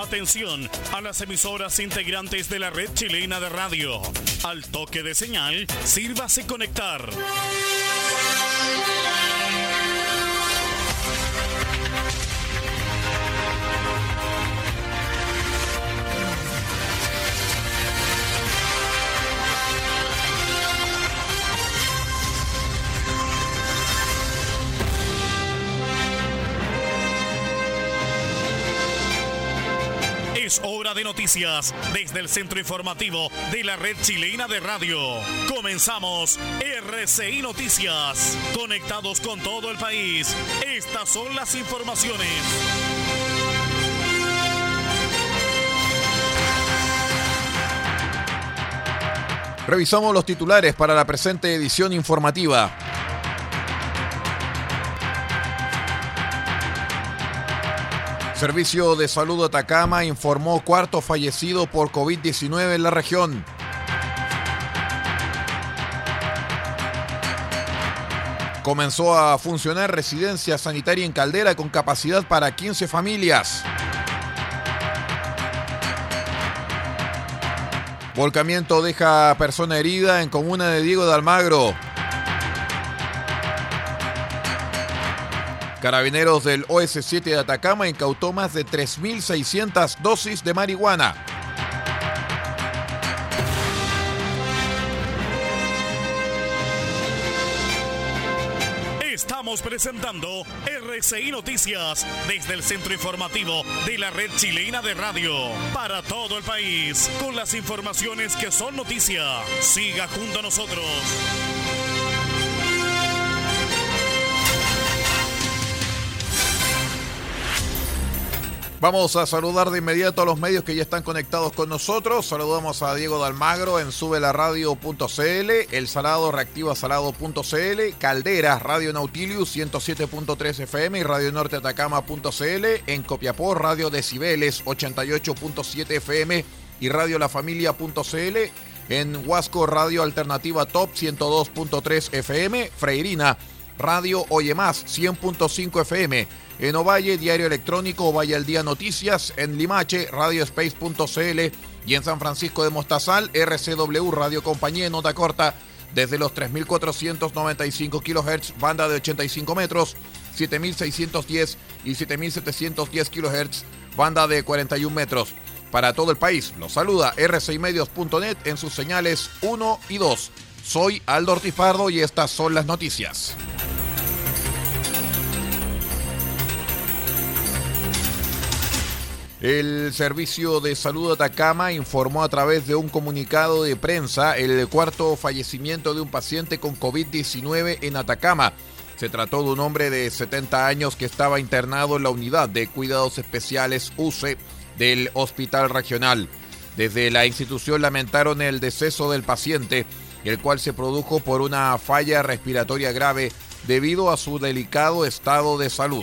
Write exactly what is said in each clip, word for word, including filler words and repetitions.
Atención a las emisoras integrantes de la red chilena de radio. Al toque de señal, sírvase conectar. Es hora de noticias desde el centro informativo de la red chilena de radio. Comenzamos R C I Noticias. Conectados con todo el país. Estas son las informaciones. Revisamos los titulares para la presente edición informativa. Servicio de Salud de Atacama informó cuarto fallecido por COVID diecinueve en la región. Comenzó a funcionar residencia sanitaria en Caldera con capacidad para quince familias. Volcamiento deja persona herida en comuna de Diego de Almagro. Carabineros del O S siete de Atacama incautó más de tres mil seiscientas dosis de marihuana. Estamos presentando R C I Noticias desde el centro informativo de la red chilena de radio para todo el país, con las informaciones que son noticia. Siga junto a nosotros. Vamos a saludar de inmediato a los medios que ya están conectados con nosotros. Saludamos a Diego de Almagro en subelaradio punto c l, El Salado, reactiva salado punto c l, Caldera, Radio Nautilus ciento siete punto tres F M y Radio Norte Atacama punto c l, en Copiapó, Radio Decibeles ochenta y ocho punto siete F M y Radio La Familia punto c l, en Huasco, Radio Alternativa Top ciento dos punto tres F M, Freirina, Radio Oye Más cien punto cinco F M, en Ovalle, Diario Electrónico Ovalle al Día Noticias, en Limache, Radio Space punto c l y en San Francisco de Mostazal, R C W Radio Compañía en nota corta desde los tres mil cuatrocientos noventa y cinco kilohertz, banda de ochenta y cinco metros, siete mil seiscientos diez y siete mil setecientos diez kilohertz, banda de cuarenta y un metros. Para todo el país, los saluda R C I medios punto net en sus señales uno y dos. Soy Aldo Ortiz Pardo y estas son las noticias. El Servicio de Salud de Atacama informó a través de un comunicado de prensa el cuarto fallecimiento de un paciente con COVID diecinueve en Atacama. Se trató de un hombre de setenta años que estaba internado en la unidad de cuidados especiales U C E del Hospital Regional. Desde la institución lamentaron el deceso del paciente, el cual se produjo por una falla respiratoria grave debido a su delicado estado de salud.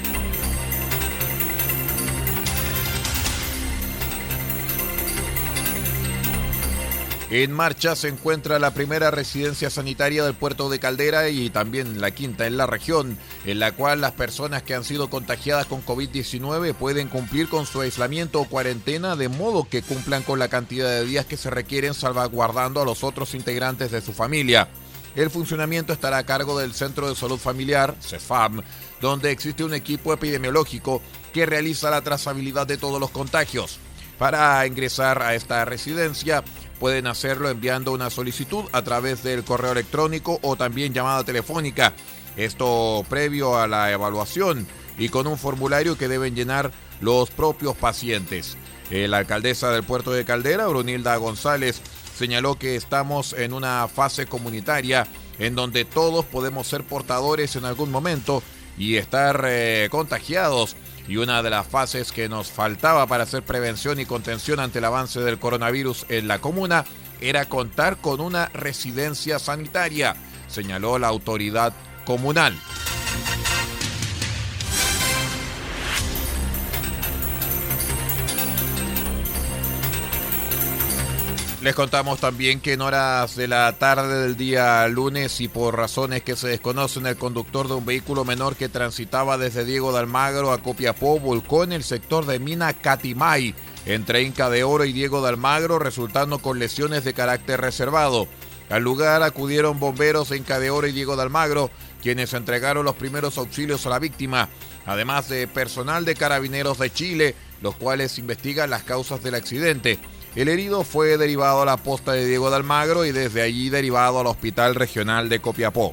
En marcha se encuentra la primera residencia sanitaria del puerto de Caldera y también la quinta en la región, en la cual las personas que han sido contagiadas con COVID diecinueve pueden cumplir con su aislamiento o cuarentena de modo que cumplan con la cantidad de días que se requieren, salvaguardando a los otros integrantes de su familia. El funcionamiento estará a cargo del Centro de Salud Familiar, CESFAM, donde existe un equipo epidemiológico que realiza la trazabilidad de todos los contagios. Para ingresar a esta residencia, pueden hacerlo enviando una solicitud a través del correo electrónico o también llamada telefónica. Esto previo a la evaluación y con un formulario que deben llenar los propios pacientes. La alcaldesa del puerto de Caldera, Brunilda González, señaló que estamos en una fase comunitaria en donde todos podemos ser portadores en algún momento y estar eh, contagiados. Y una de las fases que nos faltaba para hacer prevención y contención ante el avance del coronavirus en la comuna era contar con una residencia sanitaria, señaló la autoridad comunal. Les contamos también que en horas de la tarde del día lunes y por razones que se desconocen, el conductor de un vehículo menor que transitaba desde Diego de Almagro a Copiapó volcó en el sector de Mina Catimay, entre Inca de Oro y Diego de Almagro, resultando con lesiones de carácter reservado. Al lugar acudieron bomberos de Inca de Oro y Diego de Almagro, quienes entregaron los primeros auxilios a la víctima, además de personal de Carabineros de Chile, los cuales investigan las causas del accidente. El herido fue derivado a la posta de Diego de Almagro y desde allí derivado al Hospital Regional de Copiapó.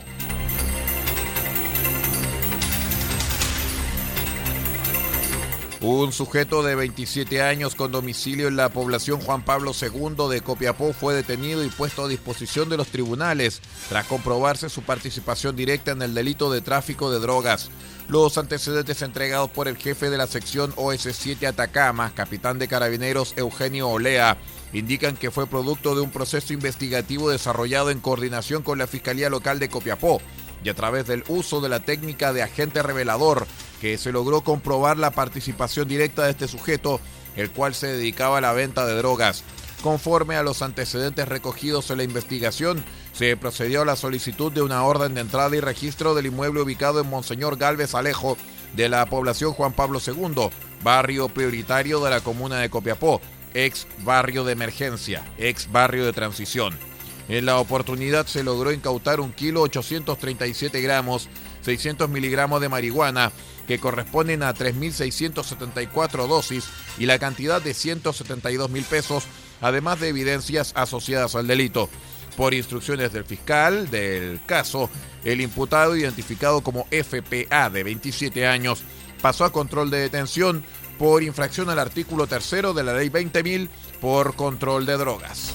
Un sujeto de veintisiete años con domicilio en la población Juan Pablo segundo de Copiapó fue detenido y puesto a disposición de los tribunales tras comprobarse su participación directa en el delito de tráfico de drogas. Los antecedentes entregados por el jefe de la sección O S siete Atacama, capitán de Carabineros Eugenio Olea, indican que fue producto de un proceso investigativo desarrollado en coordinación con la Fiscalía Local de Copiapó y a través del uso de la técnica de agente revelador, que se logró comprobar la participación directa de este sujeto, el cual se dedicaba a la venta de drogas. Conforme a los antecedentes recogidos en la investigación, se procedió a la solicitud de una orden de entrada y registro del inmueble ubicado en Monseñor Gálvez Alejo, de la población Juan Pablo segundo, barrio prioritario de la comuna de Copiapó, ex barrio de emergencia, ex barrio de transición. En la oportunidad se logró incautar un kilo ochocientos treinta y siete gramos, seiscientos miligramos de marihuana, que corresponden a tres mil seiscientos setenta y cuatro dosis y la cantidad de ciento setenta y dos mil pesos, además de evidencias asociadas al delito. Por instrucciones del fiscal del caso, el imputado, identificado como F P A de veintisiete años, pasó a control de detención por infracción al artículo tercero de la ley veinte mil por control de drogas.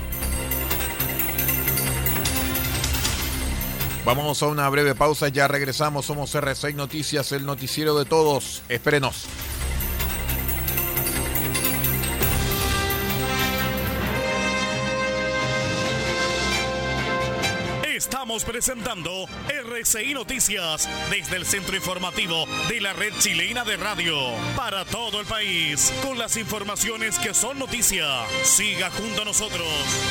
Vamos a una breve pausa, ya regresamos. Somos R seis Noticias, el noticiero de todos. Espérenos. Estamos presentando R C I Noticias desde el centro informativo de la red chilena de radio para todo el país, con las informaciones que son noticia. Siga junto a nosotros.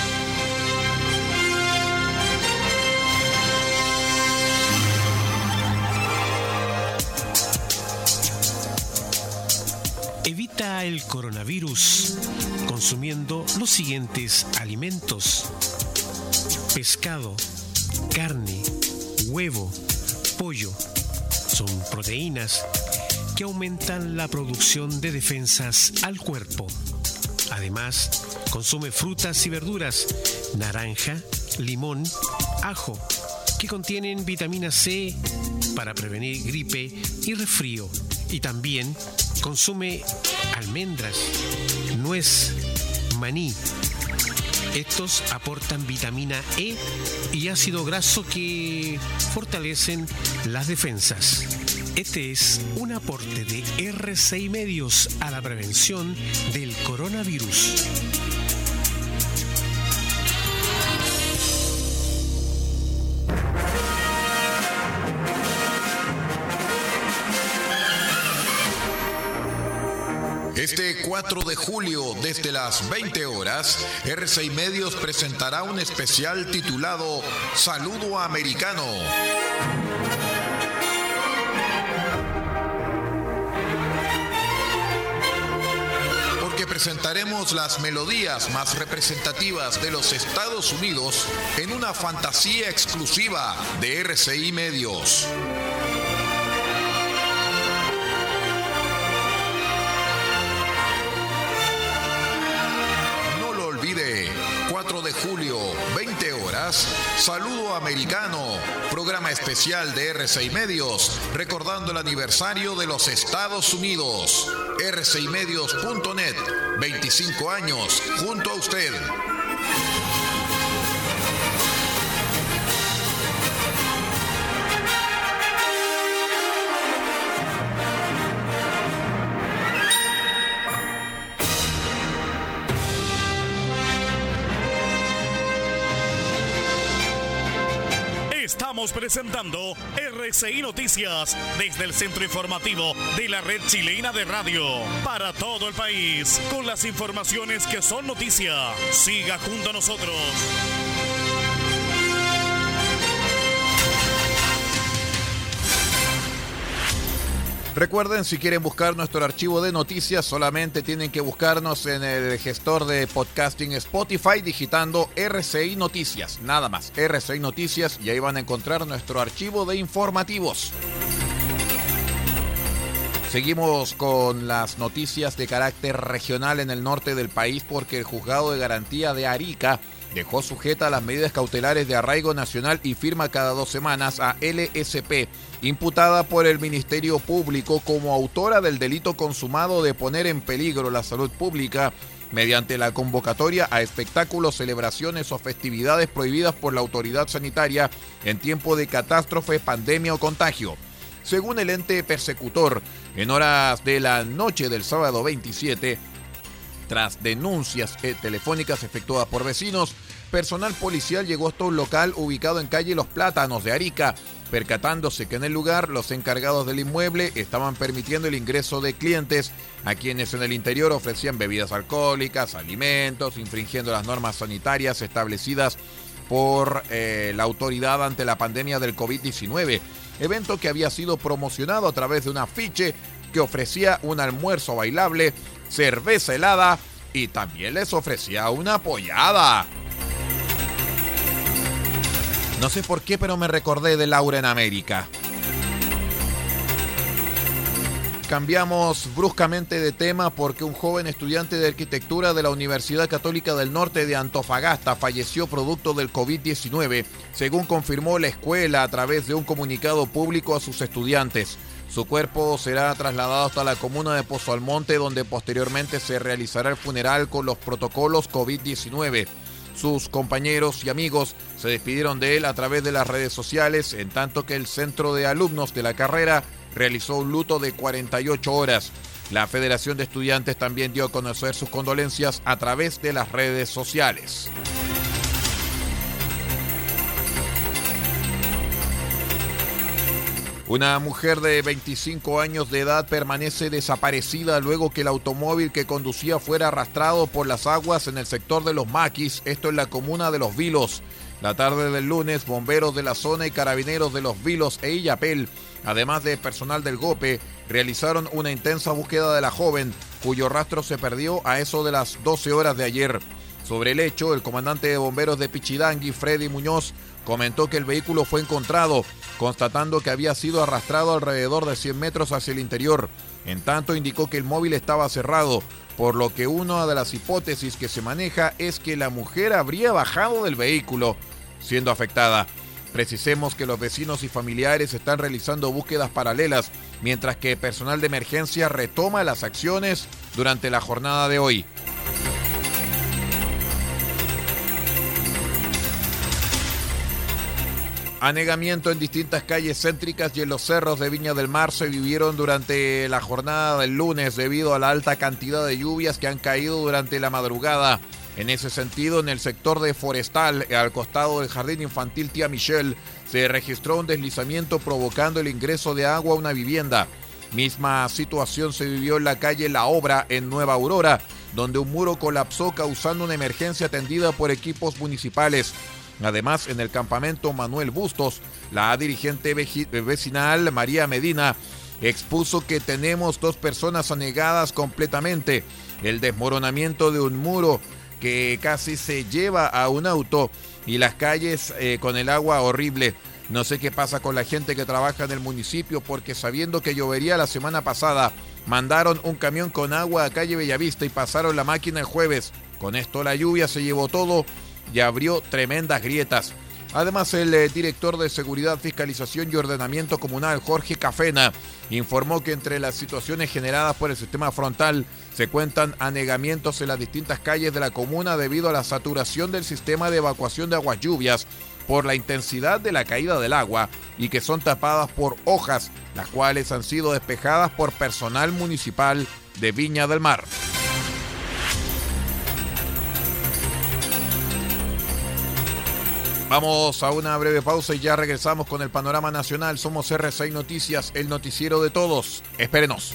Evita el coronavirus consumiendo los siguientes alimentos: pescado, carne, huevo, pollo. Son proteínas que aumentan la producción de defensas al cuerpo. Además, consume frutas y verduras, naranja, limón, ajo, que contienen vitamina C para prevenir gripe y resfrío. Y también consume almendras, nuez, maní. Estos aportan vitamina E y ácido graso que fortalecen las defensas. Este es un aporte de R seis Medios a la prevención del coronavirus. Este cuatro de julio, desde las veinte horas, R seis Medios presentará un especial titulado Saludo Americano. Porque presentaremos las melodías más representativas de los Estados Unidos en una fantasía exclusiva de R seis Medios. cuatro de julio, veinte horas, Saludo Americano, programa especial de R seis Medios, recordando el aniversario de los Estados Unidos. R seis medios punto net, veinticinco años, junto a usted. Estamos presentando R C I Noticias desde el centro informativo de la Red Chilena de Radio para todo el país, con las informaciones que son noticia. Siga junto a nosotros. Recuerden, si quieren buscar nuestro archivo de noticias, solamente tienen que buscarnos en el gestor de podcasting Spotify, digitando R C I Noticias, nada más, R C I Noticias, y ahí van a encontrar nuestro archivo de informativos. Seguimos con las noticias de carácter regional en el norte del país, porque el Juzgado de Garantía de Arica dejó sujeta a las medidas cautelares de arraigo nacional y firma cada dos semanas a L S P, imputada por el Ministerio Público como autora del delito consumado de poner en peligro la salud pública mediante la convocatoria a espectáculos, celebraciones o festividades prohibidas por la autoridad sanitaria en tiempo de catástrofe, pandemia o contagio. Según el ente persecutor, en horas de la noche del sábado veintisiete, tras denuncias eh, telefónicas efectuadas por vecinos, personal policial llegó hasta un local ubicado en calle Los Plátanos de Arica, percatándose que en el lugar los encargados del inmueble estaban permitiendo el ingreso de clientes a quienes en el interior ofrecían bebidas alcohólicas, alimentos, infringiendo las normas sanitarias establecidas por eh, la autoridad ante la pandemia del COVID diecinueve, evento que había sido promocionado a través de un afiche que ofrecía un almuerzo bailable, cerveza helada y también les ofrecía una pollada. No sé por qué, pero me recordé de Laura en América. Cambiamos bruscamente de tema porque un joven estudiante de arquitectura de la Universidad Católica del Norte de Antofagasta falleció producto del COVID diecinueve, según confirmó la escuela a través de un comunicado público a sus estudiantes. Su cuerpo será trasladado hasta la comuna de Pozo Almonte, donde posteriormente se realizará el funeral con los protocolos COVID diecinueve. Sus compañeros y amigos se despidieron de él a través de las redes sociales, en tanto que el centro de alumnos de la carrera realizó un luto de cuarenta y ocho horas. La Federación de Estudiantes también dio a conocer sus condolencias a través de las redes sociales. Una mujer de veinticinco años de edad permanece desaparecida luego que el automóvil que conducía fuera arrastrado por las aguas en el sector de Los Maquis, esto en la comuna de Los Vilos. La tarde del lunes, bomberos de la zona y carabineros de Los Vilos e Illapel, además de personal del GOPE, realizaron una intensa búsqueda de la joven, cuyo rastro se perdió a eso de las doce horas de ayer. Sobre el hecho, el comandante de bomberos de Pichidangui, Freddy Muñoz, comentó que el vehículo fue encontrado, constatando que había sido arrastrado alrededor de cien metros hacia el interior. En tanto, indicó que el móvil estaba cerrado, por lo que una de las hipótesis que se maneja es que la mujer habría bajado del vehículo, siendo afectada. Precisemos que los vecinos y familiares están realizando búsquedas paralelas, mientras que personal de emergencia retoma las acciones durante la jornada de hoy. Anegamiento en distintas calles céntricas y en los cerros de Viña del Mar se vivieron durante la jornada del lunes debido a la alta cantidad de lluvias que han caído durante la madrugada. En ese sentido, en el sector de Forestal, al costado del Jardín Infantil Tía Michelle, se registró un deslizamiento provocando el ingreso de agua a una vivienda. Misma situación se vivió en la calle La Obra, en Nueva Aurora, donde un muro colapsó causando una emergencia atendida por equipos municipales. Además, en el campamento Manuel Bustos, la dirigente vecinal María Medina expuso que tenemos dos personas anegadas completamente. El desmoronamiento de un muro que casi se lleva a un auto y las calles eh, con el agua horrible. No sé qué pasa con la gente que trabaja en el municipio, porque sabiendo que llovería la semana pasada, mandaron un camión con agua a calle Bellavista y pasaron la máquina el jueves. Con esto la lluvia se llevó todo y abrió tremendas grietas. Además, el eh, director de Seguridad, Fiscalización y Ordenamiento Comunal, Jorge Cafena, informó que entre las situaciones generadas por el sistema frontal se cuentan anegamientos en las distintas calles de la comuna debido a la saturación del sistema de evacuación de aguas lluvias por la intensidad de la caída del agua y que son tapadas por hojas, las cuales han sido despejadas por personal municipal de Viña del Mar. Vamos a una breve pausa y ya regresamos con el panorama nacional. Somos R C I Noticias, el noticiero de todos. Espérenos.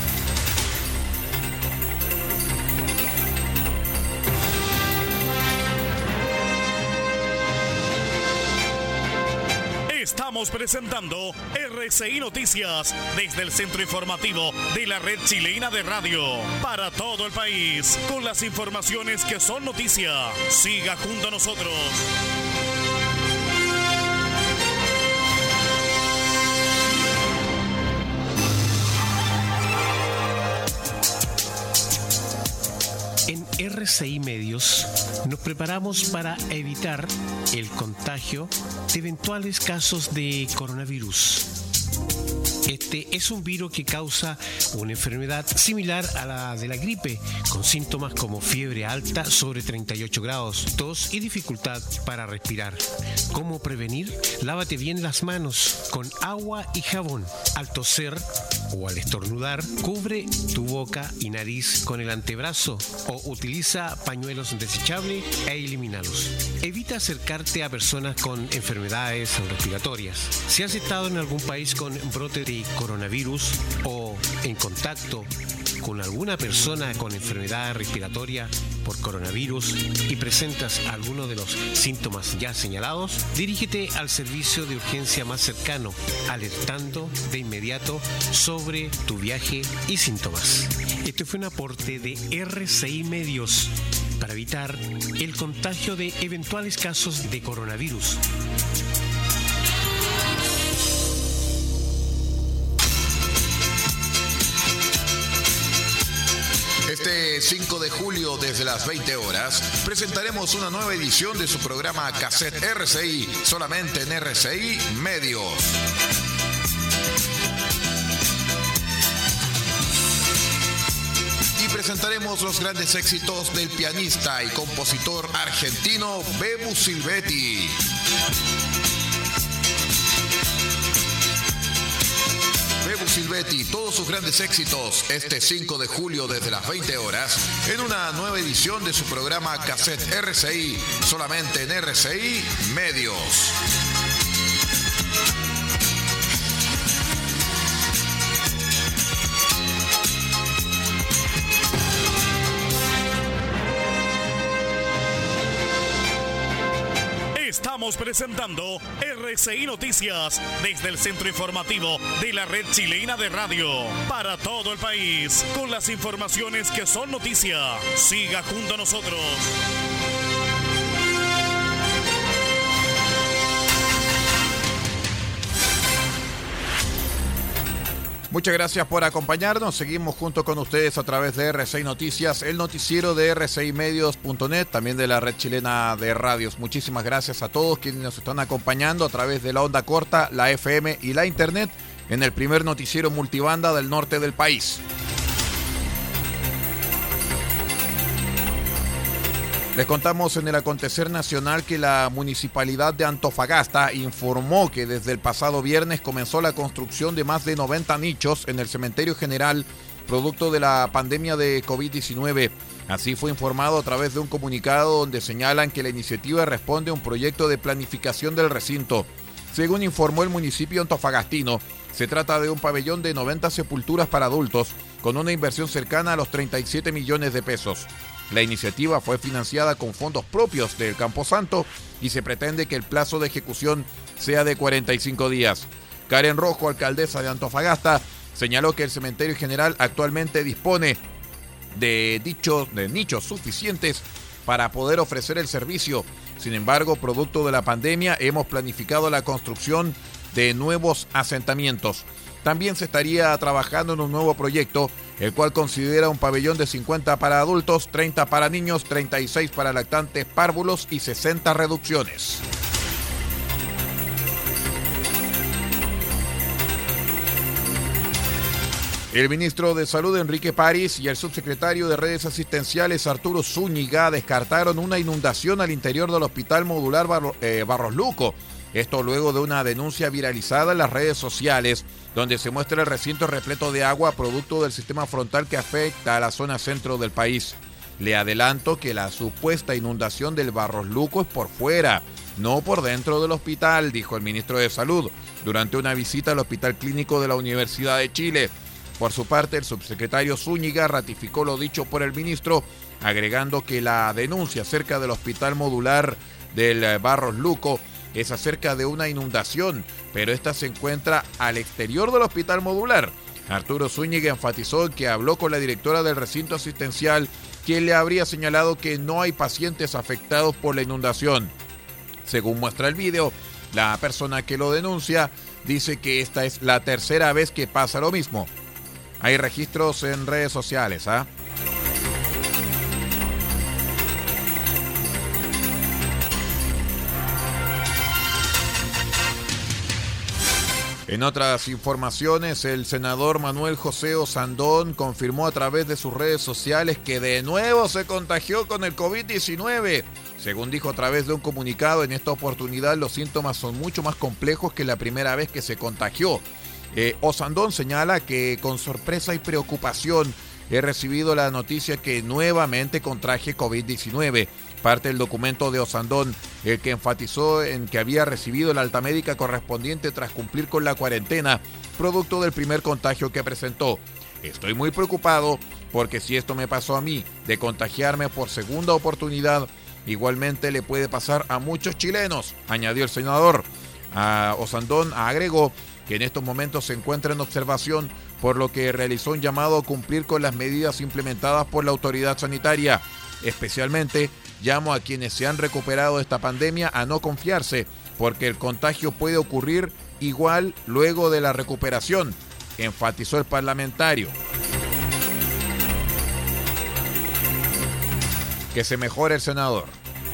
Estamos presentando R C I Noticias desde el centro informativo de la red chilena de radio para todo el país, con las informaciones que son noticia. Siga junto a nosotros. En R C I Medios nos preparamos para evitar el contagio de eventuales casos de coronavirus. Este es un virus que causa una enfermedad similar a la de la gripe, con síntomas como fiebre alta sobre treinta y ocho grados, tos y dificultad para respirar. ¿Cómo prevenir? Lávate bien las manos con agua y jabón. Al toser o al estornudar, cubre tu boca y nariz con el antebrazo o utiliza pañuelos desechables e elimínalos. Evita acercarte a personas con enfermedades respiratorias. Si has estado en algún país con brote de coronavirus o en contacto con alguna persona con enfermedad respiratoria por coronavirus y presentas alguno de los síntomas ya señalados, dirígete al servicio de urgencia más cercano, alertando de inmediato sobre tu viaje y síntomas. Este fue un aporte de R C I Medios para evitar el contagio de eventuales casos de coronavirus. Este cinco de julio, desde las veinte horas, presentaremos una nueva edición de su programa Cassette R C I, solamente en R C I Medios. Y presentaremos los grandes éxitos del pianista y compositor argentino Bebu Silvetti. Bebu Silvetti, todos sus grandes éxitos, este cinco de julio desde las veinte horas, en una nueva edición de su programa Cassette R C I, solamente en R C I Medios. Estamos presentando R C I Noticias desde el centro informativo de la red chilena de radio para todo el país, con las informaciones que son noticia. Siga junto a nosotros. Muchas gracias por acompañarnos. Seguimos junto con ustedes a través de R C I Noticias, el noticiero de R C I Medios punto net, también de la red chilena de radios. Muchísimas gracias a todos quienes nos están acompañando a través de la onda corta, la F M y la internet en el primer noticiero multibanda del norte del país. Les contamos en el acontecer nacional que la Municipalidad de Antofagasta informó que desde el pasado viernes comenzó la construcción de más de noventa nichos en el cementerio general, producto de la pandemia de COVID diecinueve. Así fue informado a través de un comunicado donde señalan que la iniciativa responde a un proyecto de planificación del recinto. Según informó el municipio antofagastino, se trata de un pabellón de noventa sepulturas para adultos con una inversión cercana a los treinta y siete millones de pesos. La iniciativa fue financiada con fondos propios del Camposanto y se pretende que el plazo de ejecución sea de cuarenta y cinco días. Karen Rojo, alcaldesa de Antofagasta, señaló que el cementerio general actualmente dispone de, dicho, de nichos suficientes para poder ofrecer el servicio. Sin embargo, producto de la pandemia, hemos planificado la construcción de nuevos asentamientos. También se estaría trabajando en un nuevo proyecto, el cual considera un pabellón de cincuenta para adultos, treinta para niños, treinta y seis para lactantes párvulos y sesenta reducciones. El ministro de Salud, Enrique París, y el subsecretario de Redes Asistenciales, Arturo Zúñiga, descartaron una inundación al interior del Hospital Modular Barro, eh, Barros Luco. Esto luego de una denuncia viralizada en las redes sociales, donde se muestra el recinto repleto de agua producto del sistema frontal que afecta a la zona centro del país. Le adelanto que la supuesta inundación del Barros Luco es por fuera, no por dentro del hospital, dijo el ministro de Salud durante una visita al Hospital Clínico de la Universidad de Chile. Por su parte, el subsecretario Zúñiga ratificó lo dicho por el ministro, agregando que la denuncia acerca del hospital modular del Barros Luco es acerca de una inundación, pero esta se encuentra al exterior del hospital modular. Arturo Zúñiga enfatizó que habló con la directora del recinto asistencial, quien le habría señalado que no hay pacientes afectados por la inundación. Según muestra el video, la persona que lo denuncia dice que esta es la tercera vez que pasa lo mismo. Hay registros en redes sociales, ¿ah? ¿eh? En otras informaciones, el senador Manuel José Osandón confirmó a través de sus redes sociales que de nuevo se contagió con el COVID diecinueve. Según dijo a través de un comunicado, en esta oportunidad los síntomas son mucho más complejos que la primera vez que se contagió. Eh, Osandón señala que con sorpresa y preocupación he recibido la noticia que nuevamente contraje COVID diecinueve. Parte del documento de Osandón, el que enfatizó en que había recibido la alta médica correspondiente tras cumplir con la cuarentena, producto del primer contagio que presentó. Estoy muy preocupado porque si esto me pasó a mí, de contagiarme por segunda oportunidad, igualmente le puede pasar a muchos chilenos, añadió el senador. A Osandón agregó que en estos momentos se encuentra en observación, por lo que realizó un llamado a cumplir con las medidas implementadas por la autoridad sanitaria. Especialmente, llamo a quienes se han recuperado de esta pandemia a no confiarse, porque el contagio puede ocurrir igual luego de la recuperación, enfatizó el parlamentario. Que se mejore el senador.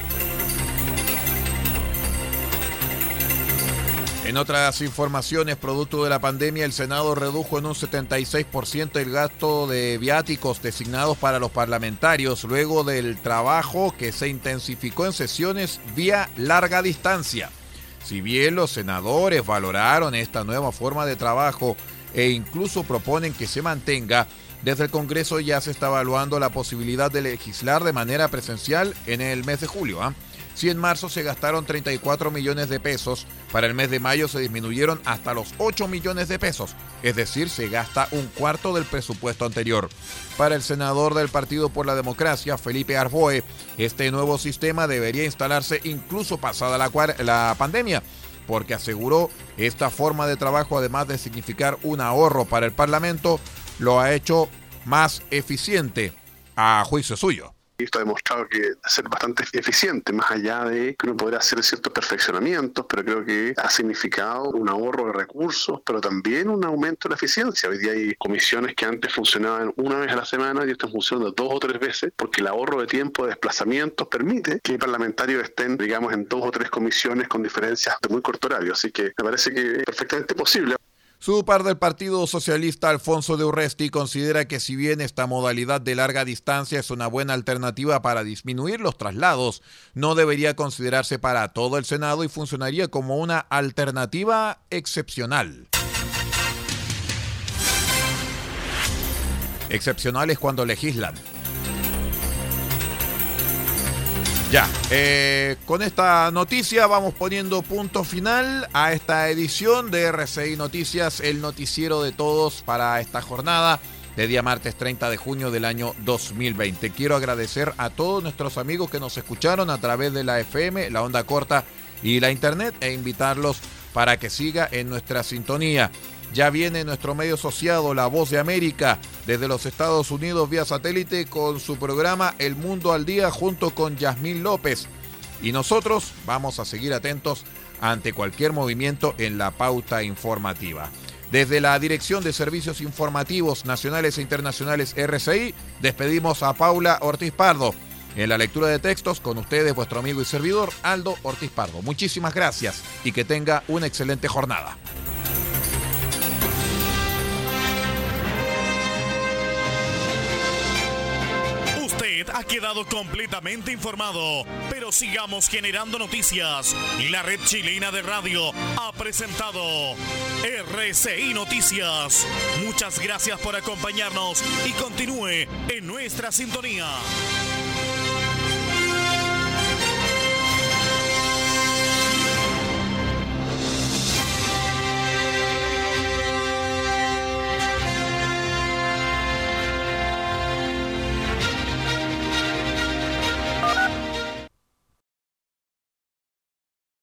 En otras informaciones, producto de la pandemia, el Senado redujo en un setenta y seis por ciento el gasto de viáticos designados para los parlamentarios luego del trabajo que se intensificó en sesiones vía larga distancia. Si bien los senadores valoraron esta nueva forma de trabajo e incluso proponen que se mantenga, desde el Congreso ya se está evaluando la posibilidad de legislar de manera presencial en el mes de julio, ¿eh? Si en marzo se gastaron treinta y cuatro millones de pesos, para el mes de mayo se disminuyeron hasta los ocho millones de pesos, es decir, se gasta un cuarto del presupuesto anterior. Para el senador del Partido por la Democracia, Felipe Arboe, este nuevo sistema debería instalarse incluso pasada la, la pandemia, porque aseguró esta forma de trabajo, además de significar un ahorro para el Parlamento, lo ha hecho más eficiente a juicio suyo. Esto ha demostrado que ha ser bastante eficiente, más allá de que uno podrá hacer ciertos perfeccionamientos, pero creo que ha significado un ahorro de recursos, pero también un aumento de la eficiencia. Hoy día hay comisiones que antes funcionaban una vez a la semana y están funcionando dos o tres veces, porque el ahorro de tiempo de desplazamientos permite que parlamentarios estén, digamos, en dos o tres comisiones con diferencias de muy corto horario. Así que me parece que es perfectamente posible. Su par del Partido Socialista, Alfonso de Urresti, considera que si bien esta modalidad de larga distancia es una buena alternativa para disminuir los traslados, no debería considerarse para todo el Senado y funcionaría como una alternativa excepcional. Excepcional es cuando legislan. Ya, eh, con esta noticia vamos poniendo punto final a esta edición de R C I Noticias, el noticiero de todos para esta jornada de día martes treinta de junio del año dos mil veinte. Quiero agradecer a todos nuestros amigos que nos escucharon a través de la F M, la onda corta y la internet e invitarlos para que siga en nuestra sintonía. Ya viene nuestro medio asociado, La Voz de América, desde los Estados Unidos vía satélite con su programa El Mundo al Día junto con Yasmín López. Y nosotros vamos a seguir atentos ante cualquier movimiento en la pauta informativa. Desde la Dirección de Servicios Informativos Nacionales e Internacionales R C I, despedimos a Paula Ortiz Pardo. En la lectura de textos, con ustedes, vuestro amigo y servidor, Aldo Ortiz Pardo. Muchísimas gracias y que tenga una excelente jornada. Ha quedado completamente informado, pero sigamos generando noticias. La Red Chilena de Radio ha presentado R C I Noticias. Muchas gracias por acompañarnos y continúe en nuestra sintonía.